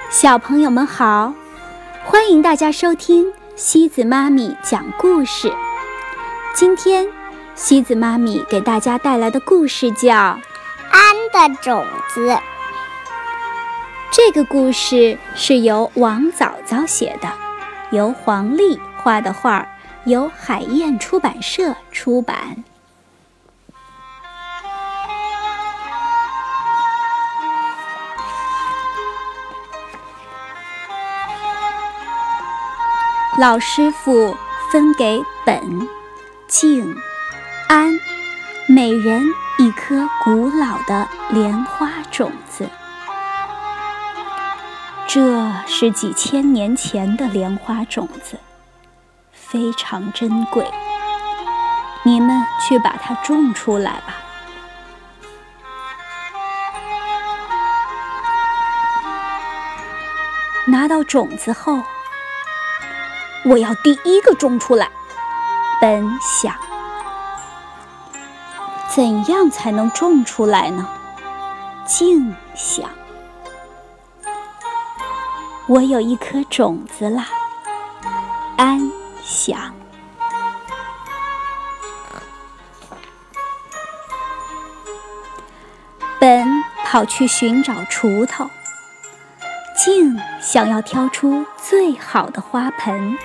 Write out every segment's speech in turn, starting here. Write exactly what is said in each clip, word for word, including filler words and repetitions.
小朋友们好，欢迎大家收听西子妈咪讲故事。今天西子妈咪给大家带来的故事叫《 安的种子》。 这个故事是由王早早写的，由黄丽画的画，由海燕出版社出版。老师傅分给本、静、安每人一颗古老的莲花种子。这是几千年前的莲花种子，非常珍贵。你们去把它种出来吧。拿到种子后，我要第一个种出来，本想。怎样才能种出来呢？静想。我有一颗种子啦，安想。本跑去寻找锄头，静想要挑出最好的花盆。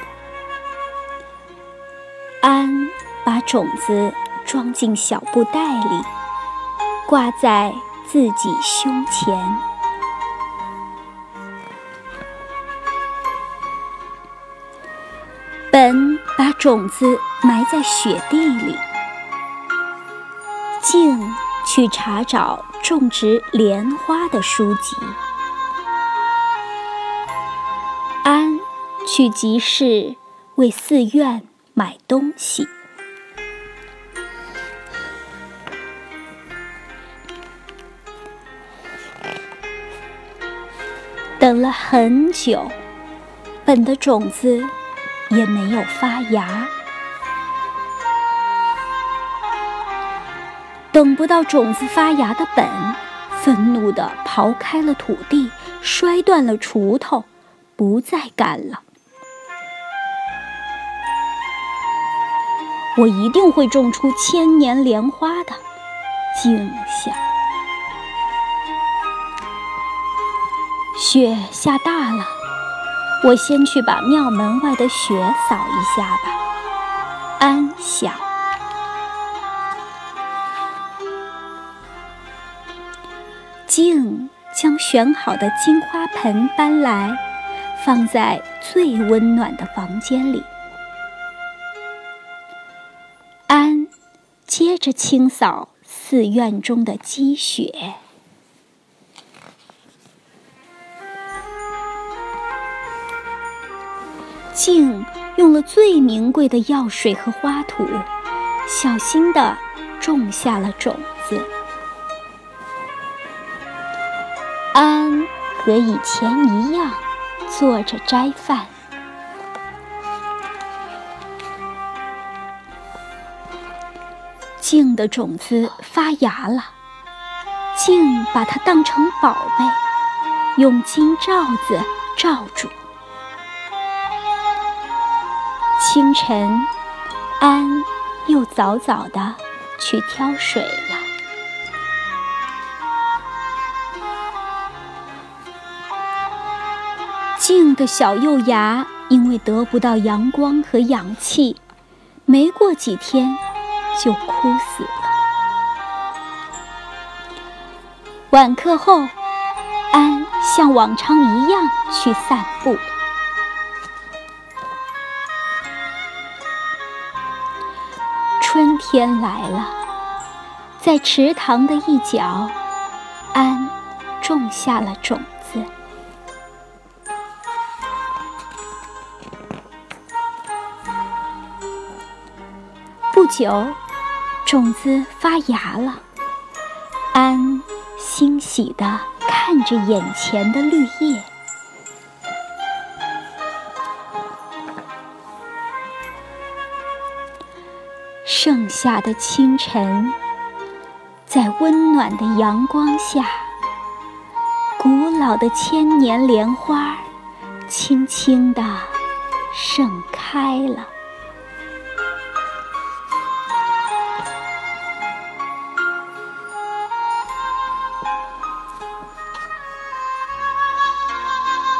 安把种子装进小布袋里，挂在自己胸前。本把种子埋在雪地里，静去查找种植莲花的书籍。安去集市为寺院买东西。等了很久，本的种子也没有发芽。等不到种子发芽的本，愤怒地刨开了土地，摔断了锄头，不再干了。我一定会种出千年莲花的，静想。雪下大了，我先去把庙门外的雪扫一下吧，安想。静将选好的金花盆搬来，放在最温暖的房间里。安接着清扫寺院中的积雪。静用了最名贵的药水和花土，小心地种下了种子。安和以前一样坐着摘饭。静的种子发芽了，静把它当成宝贝，用金罩子罩住。清晨，安又早早地去挑水了。静的小幼芽因为得不到阳光和氧气，没过几天就枯死了。晚课后，安像往常一样去散步。春天来了，在池塘的一角，安种下了种子。不久，种子发芽了，安欣喜地看着眼前的绿叶。盛夏的清晨，在温暖的阳光下， 古老的千年莲花轻轻地盛开了。